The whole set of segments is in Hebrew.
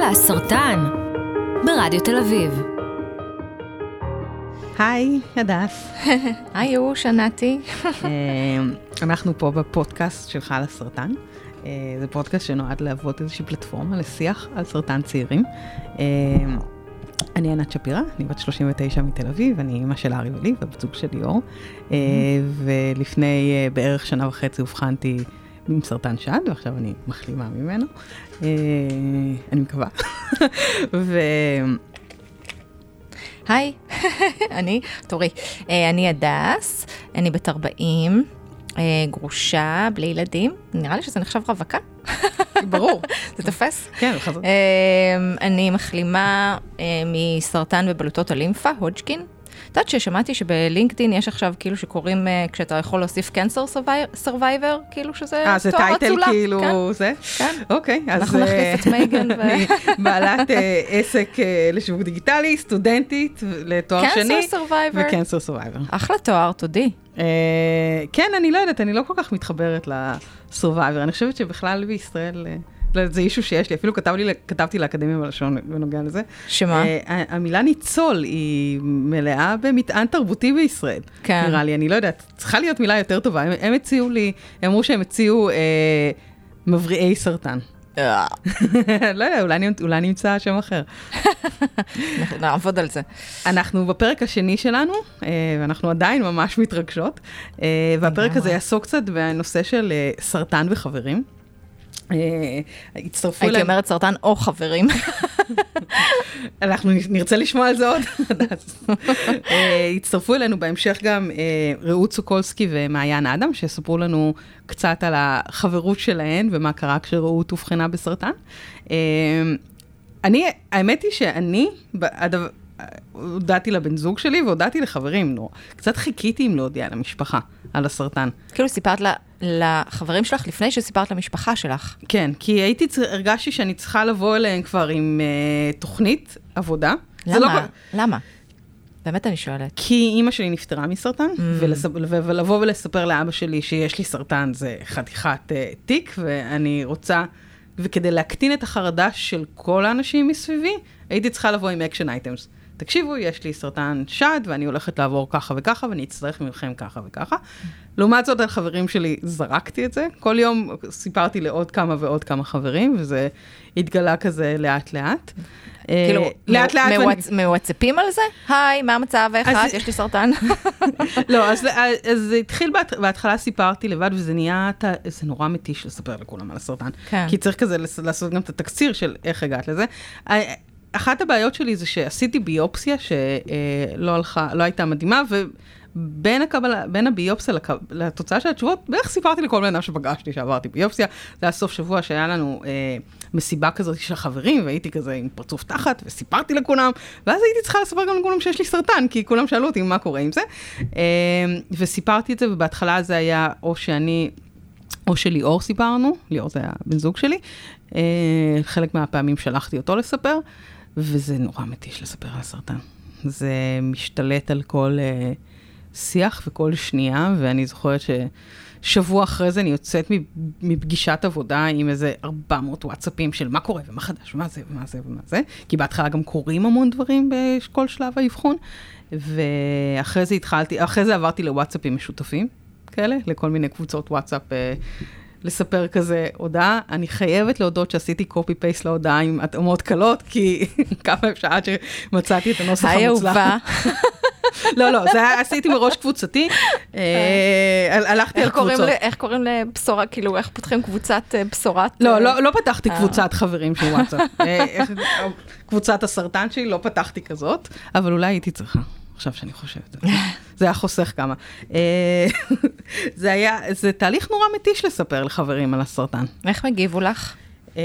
חלה סרטן ברדיו תל אביב. היי, הדס. היי, שנתי. אנחנו פה בפודקאסט של חלה סרטן. זה פודקאסט שנועד להוות איזושהי פלטפורמה לשיח על סרטן צעירים. אני ענת שפירה, אני בת 39 מתל אביב, אני אמא של ארי ולי ובת זוג של ליאור. ולפני בערך שנה וחצי הובחנתי עם סרטן שד, ועכשיו אני מחלימה ממנו. אני מקווה. היי, אני הדס, אני בת 40, גרושה, בלי ילדים, נראה לי שזה נחשב רווקה. ברור. זה תופס? כן, חזור. אני מחלימה מסרטן בבלוטות הלימפה, הודג'קין. יודעת ששמעתי שבלינקדין יש עכשיו כאילו שקוראים, כשאתה יכול להוסיף Cancer Survivor, כאילו שזה זה תואר טייטל אצולה. כאילו כן. זה? כן. אוקיי. אנחנו נחליף את מייגן אני בעלת עסק לשיווק דיגיטלי, סטודנטית לתואר שני. Cancer Survivor. ו-Cancer Survivor. אחלה תואר, תודי. כן, אני לא יודעת, אני לא כל כך מתחברת לסורווייבר. אני חושבת שבכלל בישראל, זה אישו שיש לי, אפילו כתבתי לאקדמיה בלשון בנוגע לזה. שמה? המילה ניצול היא מלאה במטען תרבותי בישראל. כן. נראה לי, אני לא יודעת, צריכה להיות מילה יותר טובה. הם הציעו לי, הם אמרו שהם הציעו מבריאי סרטן. לא יודע, אולי נמצא שם אחר. נעבוד על זה. אנחנו בפרק השני שלנו, ואנחנו עדיין ממש מתרגשות, והפרק הזה יעסוק קצת בנושא של סרטן וחברים. הייתי אומרת סרטן או חברים. אנחנו נרצה לשמוע על זה עוד. הצטרפו אלינו בהמשך גם רעות סוקולסקי ומעיין אדם, שספרו לנו קצת על החברות שלהן ומה קרה כשרעות הובחנה בסרטן. האמת היא שאני, הודעתי לבן זוג שלי והודעתי לחברים, קצת חיכיתי אם להודיע למשפחה על הסרטן. כאילו סיפרת לחברים שלך לפני שסיפרת למשפחה שלך. כן, כי הרגשתי שאני צריכה לבוא אליהם כבר עם תוכנית עבודה. למה? למה? באמת אני שואלת. כי אימא שלי נפטרה מסרטן, ולבוא ולספר לאבא שלי שיש לי סרטן זה חתיכת תיק, ואני רוצה, וכדי להקטין את החרדה של כל האנשים מסביבי, הייתי צריכה לבוא עם אקשן אייטמס. תקשיבו, יש לי סרטן שד, ואני הולכת לעבור ככה וככה, ואני אצטרך ממכם ככה וככה. לעומת זאת, על חברים שלי זרקתי את זה. כל יום סיפרתי לעוד כמה ועוד כמה חברים, וזה התגלה כזה לאט לאט. כאילו, מוואטסאפים על זה? היי, מה המצב? יש לי סרטן. לא, אז זה התחיל בהתחלה סיפרתי לבד, וזה נהיה, זה נורא מתיש לספר לכולם על הסרטן. כי צריך כזה לעשות גם את התקציר של איך הגעת לזה. אחת הבעיות שלי זה שעשיתי ביופסיה שלא הייתה מדהימה, ובין הביופסיה לתוצאה של התשובות, בערך סיפרתי לכל בן אדם שפגשתי שעברתי ביופסיה. זה היה סוף שבוע שהיה לנו מסיבה כזאת של חברים, והייתי כזה עם פרצוף תחת, וסיפרתי לכולם, ואז הייתי צריכה לספר גם לכולם שיש לי סרטן, כי כולם שאלו אותי מה קורה עם זה. וסיפרתי את זה, ובהתחלה זה היה או שאני, או שליאור סיפרנו, ליאור זה היה בן זוג שלי, חלק מהפעמים שלחתי אותו לספר, וזה נורא מתיש לספר על הסרטן. זה משתלט על כל שיח וכל שנייה, ואני זוכרת ששבוע אחרי זה אני יוצאת מפגישת עבודה עם איזה 400 וואטסאפים של מה קורה ומה חדש, ומה זה ומה זה ומה זה, כי בהתחלה גם קורים המון דברים בכל שלב האבחון, ואחרי זה עברתי לוואטסאפים משותפים כאלה, לכל מיני קבוצות וואטסאפ לספר כזה הודעה. אני חייבת להודות שעשיתי קופי-פייסט להודעה עם התאמות קלות, כי כמה אפשר עד שמצאתי את הנוסח המוצלח. לא, זה עשיתי מראש קבוצתי, הלכתי על קבוצות. איך קוראים לבשורה, כאילו, איך פותחים קבוצת בשורת? לא פתחתי קבוצת חברים של וואטסאפ. קבוצת הסרטן שלי, לא פתחתי כזאת, אבל אולי הייתי צריכה. עכשיו שאני חושבת. זה היה חוסך כמה. זה תהליך נורא מתיש לספר לחברים על הסרטן. איך מגיבו לך?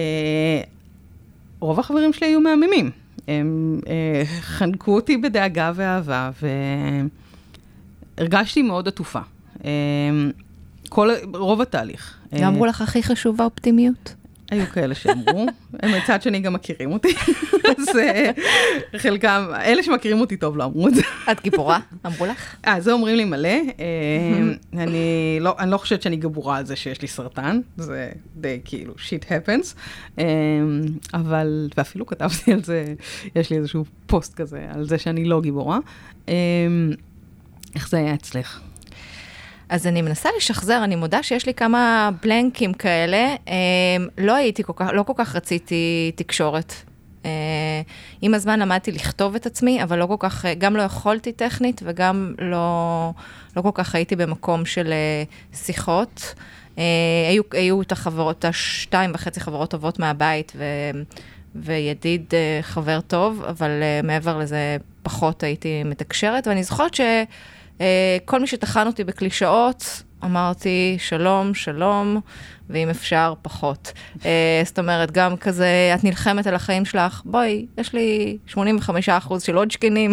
רוב החברים שלי היו מהממים. הם חנקו אותי בדאגה ואהבה, והרגשתי מאוד עטופה. רוב התהליך. לא אמרו לך הכי חשוב האופטימיות? היו כאלה שאמרו, הם מצד שני גם מכירים אותי, אז חלקם, אלה שמכירים אותי טוב לא אמרו את זה. את גיבורה? אמרו לך? זה אומרים לי מלא, אני לא חושבת שאני גיבורה על זה שיש לי סרטן, זה די כאילו, shit happens, אבל, ואפילו כתבתי על זה, יש לי איזשהו פוסט כזה, על זה שאני לא גיבורה. איך זה היה אצלך? אז אני מנסה לשחזר, אני מודה שיש לי כמה בלנקים כאלה, לא כל כך רציתי תקשורת. עם הזמן למדתי לכתוב את עצמי, אבל לא כל כך, גם לא יכולתי טכנית, וגם לא כל כך הייתי במקום של שיחות. היו את החברות, 2.5 חברות טובות מהבית, וידיד חבר טוב, אבל מעבר לזה פחות הייתי מתקשרת, ואני זוכרת כל מי שתחן אותי בקלישאות, אמרתי שלום, שלום, ואם אפשר, פחות. זאת אומרת, גם כזה, את נלחמת על החיים שלך, בואי, יש לי 85% של עוד שכנים,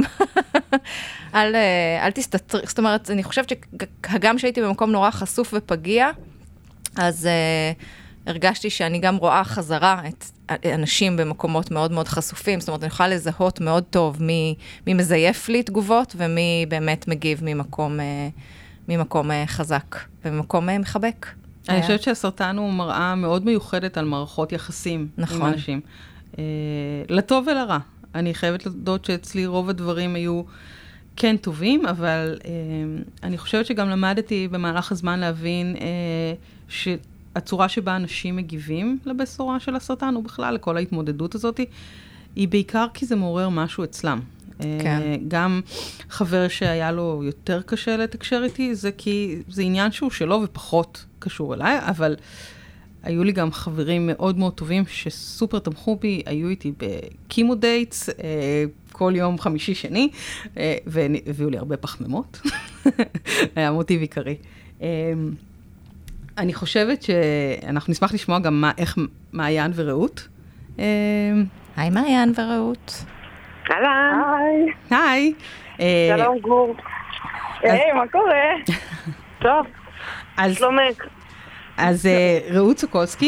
אל תסתתרי, זאת אומרת, אני חושבת שגם שהייתי במקום נורא חשוף ופגיע, אז הרגשתי שאני גם רואה חזרה את אנשים במקומות מאוד מאוד חשופים, זאת אומרת, אני יכולה לזהות מאוד טוב מי מזייף לי תגובות, ומי באמת מגיב ממקום חזק, וממקום מחבק. אני חושבת שהסרטן הוא מראה מאוד מיוחדת על מערכות יחסים עם אנשים. לטוב ולרע. אני חייבת לדעות שאצלי רוב הדברים היו כן טובים, אבל אני חושבת שגם למדתי במהלך הזמן להבין הצורה שבה אנשים מגיבים לבשורה של הסרטן, ובכלל לכל ההתמודדות הזאת, היא בעיקר כי זה מעורר משהו אצלם. כן. גם חבר שהיה לו יותר קשה לתקשר איתי, זה כי זה עניין שהוא שלו ופחות קשור אליי, אבל היו לי גם חברים מאוד מאוד טובים שסופר תמכו בי, היו איתי בקימו דייטס, כל יום חמישי שני, והביאו לי הרבה פחמימות. היה מוטיב עיקרי. אני חושבת שאנחנו נשמח לשמוע גם איך מעיין ורעות. היי מעיין ורעות. אהלן. היי. שלום גור. היי, מה קורה? טוב, שלומך. אז רעות סוקולסקי,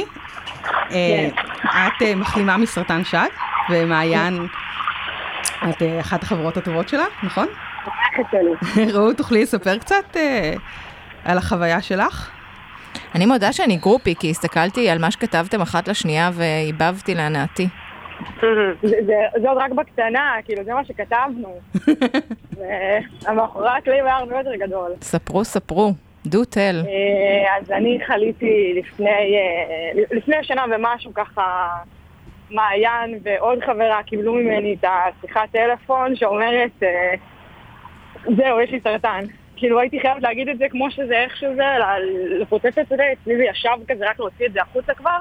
את מחלימה מסרטן שד, ומעיין, את אחת החברות הטובות שלה, נכון? רעות, תוכלי לספר קצת על החוויה שלך? אני מודה שאני גרופי, כי הסתכלתי על מה שכתבתם אחת לשנייה והיבבתי להנאתי. זה עוד רק בקטנה, כאילו זה מה שכתבנו. המאחורי הקלעים היה הרבה יותר גדול. ספרו, do tell. אז אני חליתי לפני שנה ומשהו ככה, מעיין ועוד חברה קיבלו ממני את השיחת טלפון שאומרת, זהו, יש לי סרטן. כאילו הייתי חייבת להגיד את זה כמו שזה, איך שזה, לפוצץ את זה, אצלי זה ישב כזה, רק להוציא את זה החוצה כבר.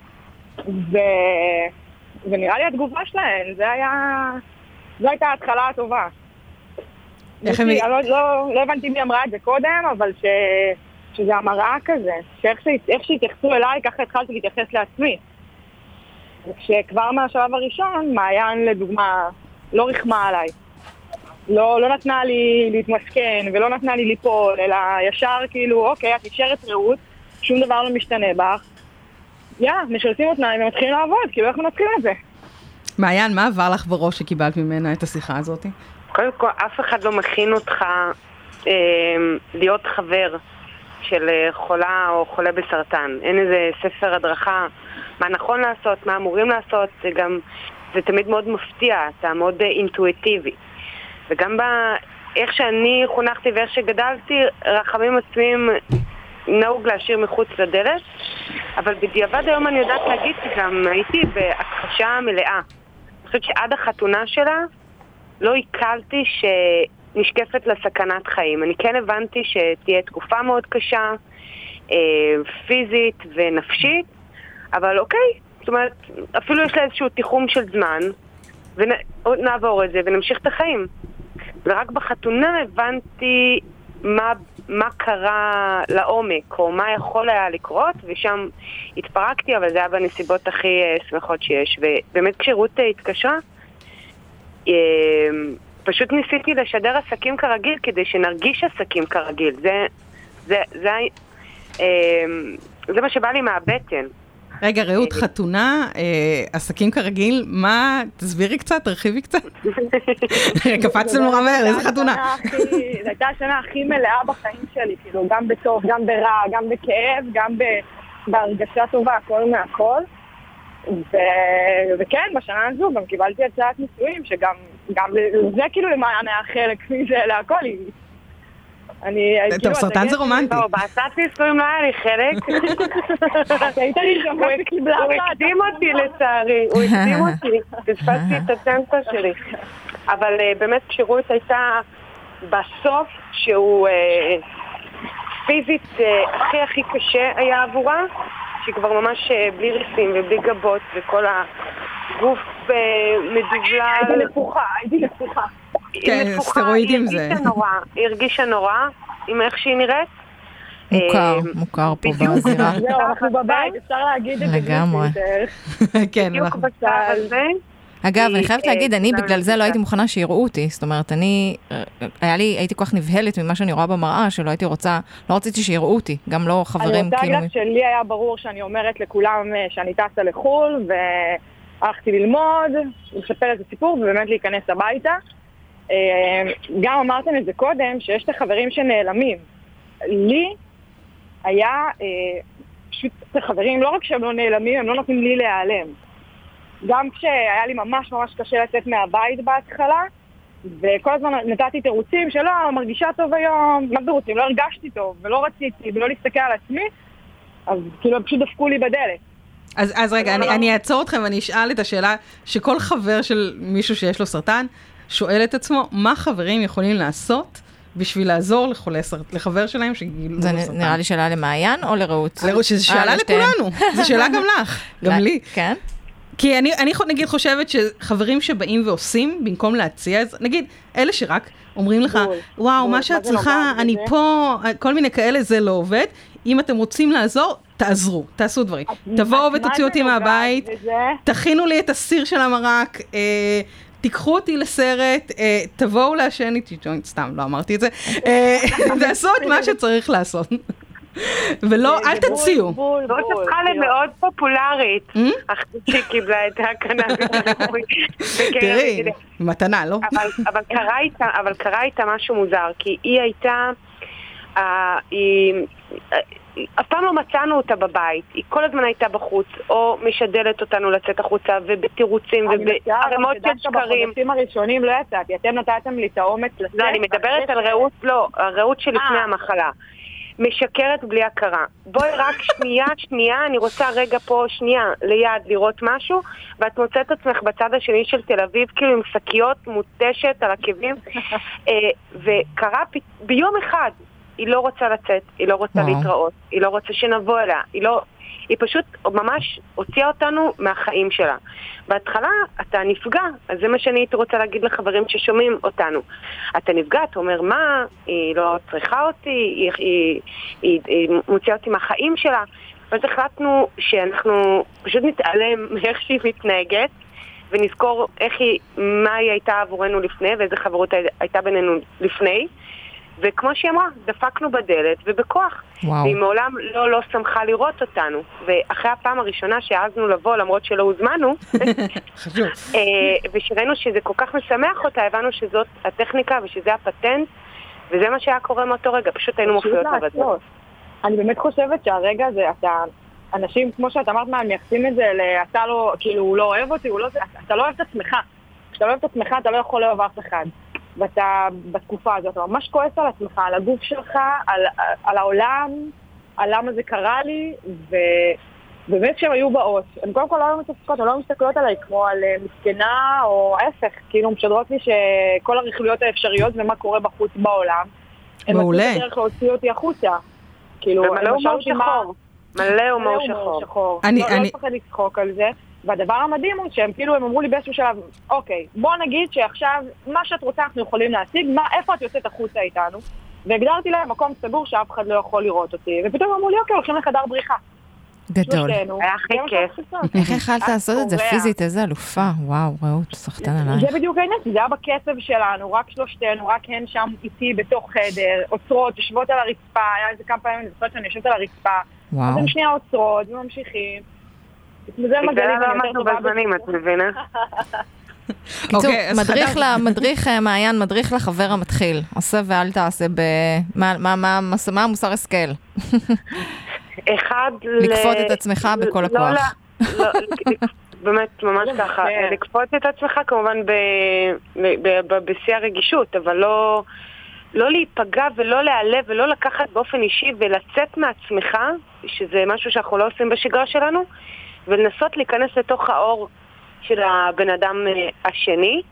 ונראה לי התגובה שלהן, זו הייתה ההתחלה הטובה. לא הבנתי מי אמרה את זה קודם, אבל שזה המראה כזה, שאיך שהתייחסו אליי, ככה התחלתי להתייחס לעצמי. וכשכבר מהשלב הראשון, מעיין לדוגמה לא רחמה עליי. לא נתנה לי להתמסכן ולא נתנה לי ליפול, אלא ישר כאילו, אוקיי, את נשארת רעות, שום דבר לא משתנה בך. משרתים אותניים ומתחילים לעבוד, כאילו איך מנתחיל את זה? מעיין, מה עבר לך בראש שקיבלת ממנה את השיחה הזאת? קודם כל, אף אחד לא מכין אותך להיות חבר של חולה או חולה בסרטן. אין איזה ספר הדרכה, מה נכון לעשות, מה אמורים לעשות, זה תמיד מאוד מפתיע, אתה מאוד אינטואיטיבי. וגם איך שאני חונכתי ואיך שגדלתי, רחמים עצמיים נהוג להשאיר מחוץ לדלת, אבל בדיעבד היום אני יודעת להגיד שגם הייתי בהכחשה מלאה. אני חושבת שעד החתונה שלה לא עיכלתי שנשקפת לסכנת חיים. אני כן הבנתי שתהיה תקופה מאוד קשה, פיזית ונפשית, אבל אוקיי, זאת אומרת, אפילו יש לה איזשהו תיחום של זמן, ונעבור את זה ונמשיך את החיים. ורק בחתונה הבנתי מה קרה לעומק, או מה יכול היה לקרות, ושם התפרקתי, אבל זה היה בנסיבות הכי שמחות שיש. ובאמת כשרות התקשרה, פשוט ניסיתי לשדר עסקים כרגיל, כדי שנרגיש עסקים כרגיל. זה מה שבא לי מהבטן. רגע, רעות, חתונה, עסקים כרגיל, מה, תסבירי קצת, תרחיבי קצת. קפצתם נורא מהר, איזה חתונה? זו הייתה השנה הכי מלאה בחיים שלי, כאילו, גם בטוב, גם ברע, גם בכאב, גם בהרגשה טובה, הכל מהכל. וכן, בשנה הזו גם קיבלתי הצעת נישואים, שגם זה כאילו למען היה חלק מזה להכל. טוב, סרטן זה רומנטי. בהצעת נישואים לא היה לי חלק. הוא הקדים אותי לצערי, הוא הקדים אותי, תספסתי את הצנטה שלי. אבל באמת כשרות הייתה בסוף שהוא פיזית הכי קשה היה עבורה, שהיא כבר ממש בלי ריסים ובלי גבות וכל הגוף מדובלל. הייתי נפוחה. כן, סטרואידים זה. היא הרגישה נורא עם איך שהיא נראית. מוכר פה בזירה. זהו, אנחנו בבית, אפשר להגיד את זה. לגמרי. כן, בדיוק בשלב הזה. אגב, אני חייבת להגיד, אני בגלל זה לא הייתי מוכנה שיראו אותי, זאת אומרת, הייתי כל כך נבהלת ממה שאני רואה במראה, שלא הייתי רוצה, לא רציתי שיראו אותי, גם לא חברים. אני רוצה להגיד שלי היה ברור שאני אומרת לכולם שאני טסה לחול, והלכתי ללמוד, לספר את הסיפור, ובאמת להיכנס הביתה. גם אמרתם את זה קודם, שיש את החברים שנעלמים. לי היה פשוט את החברים, לא רק שהם לא נעלמים, הם לא נותנים לי להיעלם. גם כשהיה לי ממש ממש קשה לצאת מהבית בהתחלה, וכל הזמן נתתי תירוצים שלא, מרגישה טוב היום, מה תירוצים? לא הרגשתי טוב, ולא רציתי, ולא להסתכל על עצמי, אז כאילו הם פשוט דפקו לי בדלת. אז רגע, אני אעצור אתכם ואני אשאל את השאלה שכל חבר של מישהו שיש לו סרטן, שואל את עצמו, מה חברים יכולים לעשות בשביל לעזור לחבר שלהם שגילו לו סרטן? זה נראה לי שאלה למעיין או לרעות? לרעות, שזו שאלה לכולנו, זו שאלה גם לך, גם לי. כן? כי אני נגיד חושבת שחברים שבאים ועושים, במקום להציע, נגיד, אלה שרק אומרים לך, וואו, מה שאת צריכה, אני פה, כל מיני כאלה, זה לא עובד. אם אתם רוצים לעזור, תעזרו, תעשו דברים. תבואו ותוציאו אותי מהבית, תכינו לי את הסיר של המרק, תיקחו אותי לסרט, תבואו לעשן איתי ג'וינט, סתם, לא אמרתי את זה, תעשו את מה שצריך לעשות. ולא, אל תציעו. זאת הפכה למאוד פופולרית, אחרי שהיא קיבלה את הקנאביס הרפואי. תראי, מתנה, לא? אבל קרה איתה משהו מוזר, כי היא הייתה, אף פעם לא מצאנו אותה בבית, היא כל הזמן הייתה בחוץ, או משדלת אותנו לצאת החוצה, ובתירוצים, ובערמות של שקרים. בחודשים הראשונים לא יצאתי, אתם נתתם לי את האומץ לצאת. לא, אני מדברת על רעות, לא, הרעות שלפני המחלה. משקרת בלי הכרה. בואי רק שנייה, אני רוצה רגע פה שנייה ליד לראות משהו, ואת מוצאת עצמך בצד השני של תל אביב, כאילו עם שקיות מוטשת על עקבים, וקרה ביום אחד, היא לא רוצה לצאת, היא לא רוצה להתראות, היא לא רוצה שנבוא אליה, היא פשוט ממש הוציאה אותנו מהחיים שלה. בהתחלה אתה נפגע, אז זה מה שאני הייתי רוצה להגיד לחברים ששומעים אותנו. אתה נפגע, אתה אומר, מה? היא לא צריכה אותי, היא מוציאה אותי מהחיים שלה. ואז החלטנו שאנחנו פשוט נתעלם מאיך שהיא מתנהגת, ונזכור מה היא הייתה עבורנו לפני, ואיזה חברות הייתה בינינו לפני. וכמו שהיא אמרה, דפקנו בדלת ובכוח. והיא מעולם לא שמחה לראות אותנו. ואחרי הפעם הראשונה שהעזנו לבוא, למרות שלא הוזמנו, ושראינו שזה כל כך משמח אותה, הבנו שזאת הטכניקה ושזה הפטנט, וזה מה שהיה קורה מאותו רגע, פשוט היינו מופיעות בדלת. אני באמת חושבת שהרגע הזה, אנשים, כמו שאת אמרת, מייחסים את זה, אתה לא, כאילו, הוא לא אוהב אותי, אתה לא אוהב את עצמך. כשאתה לא אוהב את עצמך, אתה לא יכול לאהוב אף אחד. ואתה בתקופה הזאת, אתה ממש כועס על עצמך, על הגוף שלך, על העולם, על למה זה קרה לי, ובאמת כשהם היו באות, הן קודם כל לא היו מתעסקות, הן לא מסתכלות עליי כמו על מסכנה או ההפך, כאילו משדרות לי שכל הרכילויות האפשריות ומה קורה בחוץ בעולם, מעולה. הן מצליחות להוציא אותי החוצה. ומלא הומור שחור. מלא הומור שחור. לא צריך לצחוק על זה. והדבר המדהים הוא שהם כאילו, הם אמרו לי באיזשהו שלב, אוקיי, בוא נגיד שעכשיו מה שאת רוצה אנחנו יכולים להשיג, איפה את יוצאת החוצה איתנו? והגדרתי להם מקום סגור שאף אחד לא יכול לראות אותי, ופתאום אמרו לי, אוקיי, הולכים לחדר בריחה. גדול. היה הכי כיף. איך יכלת לעשות את זה פיזית? איזה אלופה. וואו, רעות, סחטן עלייך. זה בדיוק העניין, זה היה בקצב שלנו, רק שלושתנו, רק הן שם איתי בתוך חדר, עוצרות, יושבות על הרצפה, היה איזה כמה פעמים, אני זוכרת שאני יושבת על הרצפה, אז הם שנייה עוצרות וממשיכים. בגלל לא עמדנו בזמנים, את מבינה? קיצור, מדריך מעיין, מדריך לחבר המתחיל. עושה ואל תעשה מה המוסר השכל? אחד... לקפות את עצמך בכל הכוח. באמת, ממש ככה. לקפות את עצמך כמובן בשיא הרגישות, אבל לא להיפגע ולא להיעלב ולא לקחת באופן אישי ולצאת מעצמך, שזה משהו שאנחנו לא עושים בשגרה שלנו, ולנסות להיכנס לתוך האור של הבן אדם השני,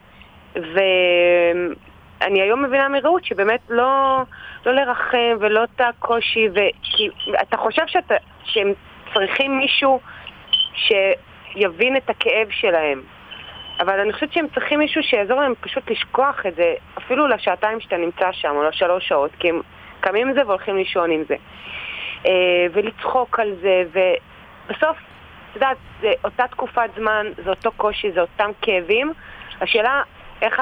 ואני היום מבינה מראות שבאמת לא לרחם ולא את הקושי, כי אתה חושב שהם צריכים מישהו שיבין את הכאב שלהם, אבל אני חושבת שהם צריכים מישהו שיעזור להם פשוט לשכוח את זה, אפילו לשעתיים שאתה נמצא שם, או ל3 שעות, כי הם קמים עם זה והולכים לישון עם זה. ולצחוק על זה, ובסוף, אתה יודעת, זה אותה תקופת זמן, זה אותו קושי, זה אותם כאבים. השאלה, איך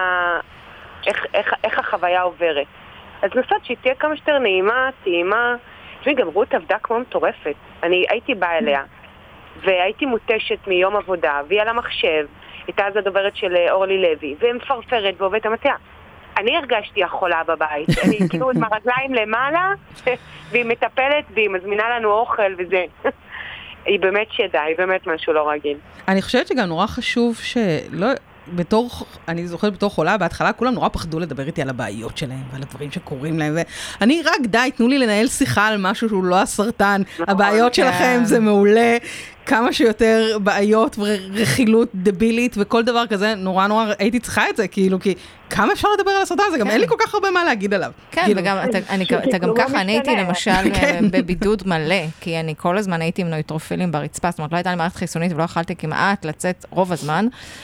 החוויה עוברת. אז נסות שהיא תהיה כמה שיותר נעימה, טעימה. תשמעי, גם רות עבדה כמו מטורפת. אני הייתי באה אליה, והייתי מוטשת מיום עבודה, והיא על המחשב, הייתה אז הדוברת של אורלי לוי, והיא מפרפרת ועובדת המתאה. אני הרגשתי החולה בבית. אני כאילו עם הרגליים למעלה, והיא מטפלת, והיא מזמינה לנו אוכל וזה. היא באמת שדה, היא באמת משהו לא רגיל. אני חושבת שגם נורא חשוב שלא... אני זוכרת בתור חולה, בהתחלה כולם נורא פחדו לדבר איתי על הבעיות שלהם ועל הדברים שקורים להם, ואני רק די, תנו לי לנהל שיחה על משהו שהוא לא הסרטן, הבעיות שלכם זה מעולה, כמה שיותר בעיות ורכילות דבילית וכל דבר כזה, נורא הייתי צריכה את זה, כאילו, כי כמה אפשר לדבר על הסרטן הזה, גם אין לי כל כך הרבה מה להגיד עליו. כן, וגם, אתה גם ככה, אני הייתי למשל בבידוד מלא, כי אני כל הזמן הייתי עם נויטרופילים ברצפה, זאת אומרת, לא הייתה לי מערכת חיסונית ולא יכלתי כמעט לצאת רוב הזמן,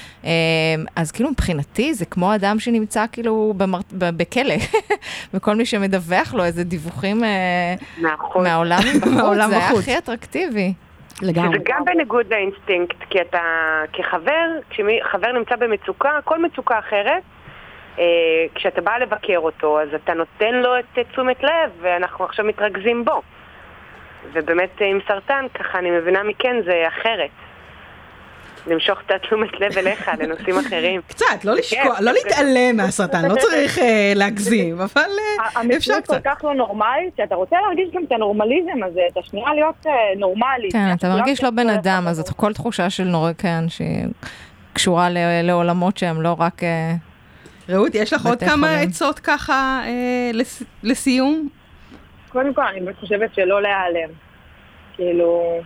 אז כאילו מבחינתי זה כמו אדם שנמצא כאילו בכלא, וכל מי שמדווח לו איזה דיווחים מהעולם בחוץ, זה היה הכי אטרקטיבי. זה גם בניגוד לאינסטינקט, כי אתה כחבר, כשחבר נמצא במצוקה, כל מצוקה אחרת, כשאתה בא לבקר אותו, אז אתה נותן לו את תשומת לב, ואנחנו עכשיו מתרכזים בו. ובאמת עם סרטן, ככה אני מבינה מכן, זה אחרת. למשוך את תשומת לב אליך לנושאים אחרים. קצת, לא להתעלם מהסרטן, לא צריך להגזים, אבל אפשר המציאות קצת. כל כך לא נורמלית, שאתה רוצה להרגיש גם את הנורמליזם הזה, את השנייה להיות נורמלית. כן, אתה מרגיש לא בן אדם, אז זאת כל תחושה של נורקן שהיא קשורה לעולמות שהם לא רק... רעות, יש לך עוד כמה עצות ככה לסיום? קודם כל, אני חושבת שלא להיעלם. כאילו...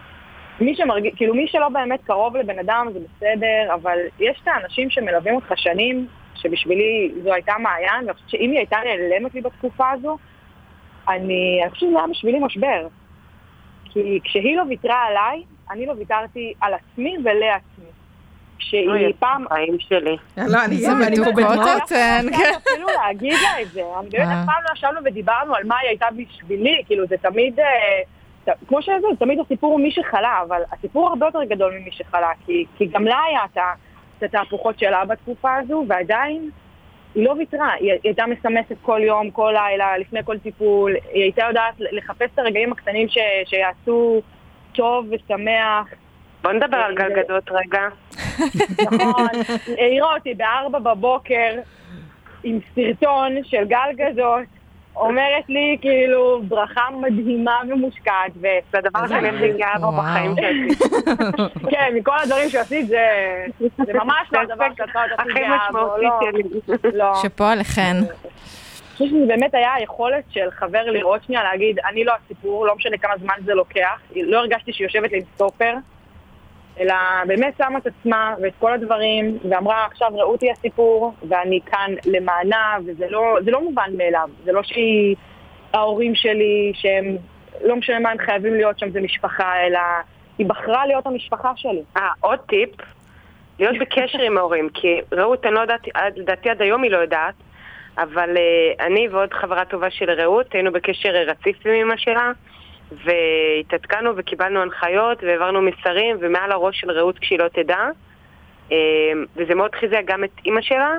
מי שלא באמת קרוב לבן אדם זה בסדר, אבל יש את האנשים שמלווים אותך שנים, שבשבילי זו הייתה מעיין, ואני חושבת שאם היא הייתה נעלמת לי בתקופה הזו, אני חושבת שזה היה בשבילי משבר. כי כשהיא לא ויתרה עליי, אני לא ויתרתי על עצמי ולעצמי. כשהיא פעם... חיים שלי. לא, אני פה בדמות, כן. אפילו להגיד לה את זה. אני באמת פעם לא ישבנו ודיברנו על מה היא הייתה בשבילי, כאילו זה תמיד... כמו שזה, תמיד הסיפור הוא מי שחלה, אבל הסיפור הרבה יותר גדול ממי שחלה, כי גם לה היה את התהפוכות שלה בתקופה הזו, ועדיין היא לא ויתרה. היא הייתה מסמסת כל יום, כל לילה, לפני כל טיפול, היא הייתה יודעת לחפש את הרגעים הקטנים שיעשו טוב ושמח. בוא נדבר על גלגדות רגע. נכון, העירה אותי ב4 בבוקר עם סרטון של גלגדות, אומרת לי כאילו ברכה מדהימה ומושקעת, זה הדבר שאני הכי גאה בו בחיים שעשית. כן, מכל הדברים שעשית זה ממש לא הדבר שאתה הכי גאה בו, לא. שפה עליכן. אני חושבת שזה באמת היה היכולת של חבר לראות שנייה להגיד, אני לא הסיפור, לא משנה כמה זמן זה לוקח, לא הרגשתי שהיא יושבת לי עם סטופר, אלא באמת שמה את עצמה ואת כל הדברים, ואמרה עכשיו רעות היא הסיפור, ואני כאן למענה, וזה לא מובן מאליו. זה לא שהיא ההורים שלי, שהם לא משנה מה הם חייבים להיות שם, זה משפחה, אלא היא בחרה להיות המשפחה שלי. עוד טיפ, להיות בקשר עם ההורים, כי רעות, אני לא יודעת, לדעתי עד היום היא לא יודעת, אבל אני ועוד חברה טובה של רעות, היינו בקשר רציף עם אמא שלה, והתעדכנו וקיבלנו הנחיות והעברנו מסרים ומעל הראש של רעות כשהיא לא תדע, וזה מאוד חיזק גם את אמא שלה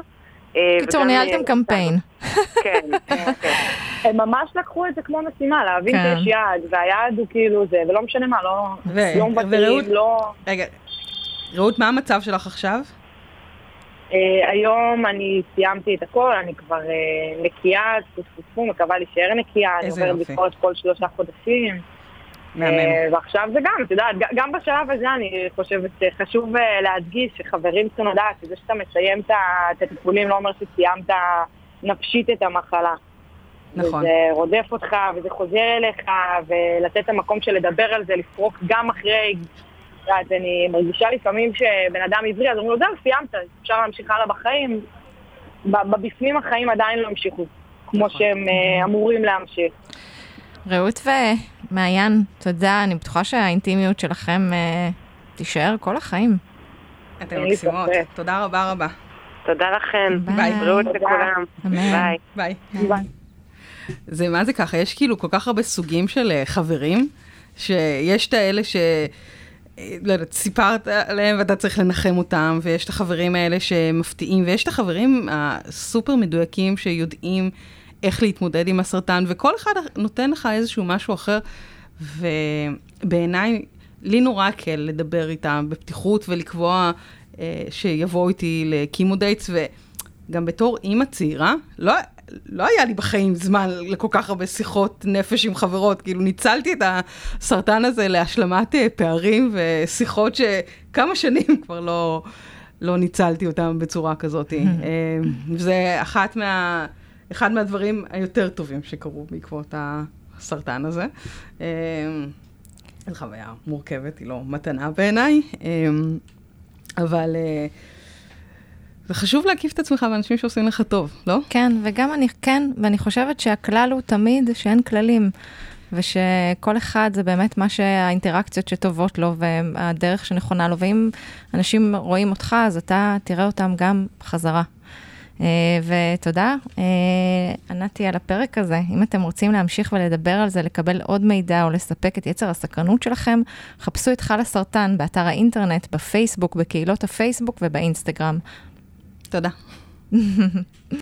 קיצור, ניהלתם קמפיין. כן, כן. הם ממש לקחו את זה כמו משימה, להבין שיש יעד, והיעד הוא כאילו זה, ולא משנה מה, לא מבטלים, לא... רגע, רעות, מה המצב שלך עכשיו? היום אני סיימתי את הכל, אני כבר נקייה, מקווה להישאר נקייה, אני עוברת ביקורת כל 3 חודשים. ועכשיו זה גם, אתה יודע, גם בשלב הזה אני חושבת שחשוב להדגיש שחברים צריכים לדעת, שזה שאתה מסיים את הטיפולים לא אומר שסיימת נפשית את המחלה. נכון. וזה רודף אותך, וזה חוזר אליך, ולתת את המקום של לדבר על זה, לפרוק גם אחרי, אני מרגישה לפעמים שבן אדם עברי, אז אני יודע, סיימת, אפשר להמשיך הלאה בחיים, בבפנים החיים עדיין לא המשיכו, כמו שהם אמורים להמשיך. רעות ומעיין, תודה, אני בטוחה שהאינטימיות שלכם תישאר כל החיים. אתם מקסימות, תודה רבה רבה. תודה לכם, ביי, בריאות לכולם, ביי. ביי. זה מה זה ככה, יש כאילו כל כך הרבה סוגים של חברים, שיש את האלה לא יודעת, סיפרת עליהם ואתה צריך לנחם אותם, ויש את החברים האלה שמפתיעים, ויש את החברים הסופר מדויקים שיודעים איך להתמודד עם הסרטן, וכל אחד נותן לך איזשהו משהו אחר, ובעיניי, לי נורא קל לדבר איתם בפתיחות ולקבוע שיבואו איתי לקימו דייטס, וגם בתור אימא צעירה, לא היה לי בחיים זמן לכל כך הרבה שיחות נפש עם חברות, כאילו ניצלתי את הסרטן הזה להשלמת פערים ושיחות שכמה שנים כבר לא ניצלתי אותם בצורה כזאת. זה אחד מהדברים היותר טובים שקרו בעקבות הסרטן הזה. זו חוויה מורכבת, היא לא מתנה בעיניי, אבל זה חשוב להקיף את עצמך באנשים שעושים לך טוב, לא? כן, וגם ואני חושבת שהכלל הוא תמיד שאין כללים, ושכל אחד זה באמת מה שהאינטראקציות שטובות לו, והדרך שנכונה לו, ואם אנשים רואים אותך, אז אתה תראה אותם גם בחזרה. ותודה, ענתי על הפרק הזה. אם אתם רוצים להמשיך ולדבר על זה, לקבל עוד מידע או לספק את יצר הסקרנות שלכם, חפשו את חלה סרטן באתר האינטרנט, בפייסבוק, בקהילות הפייסבוק ובאינסטגרם. תודה.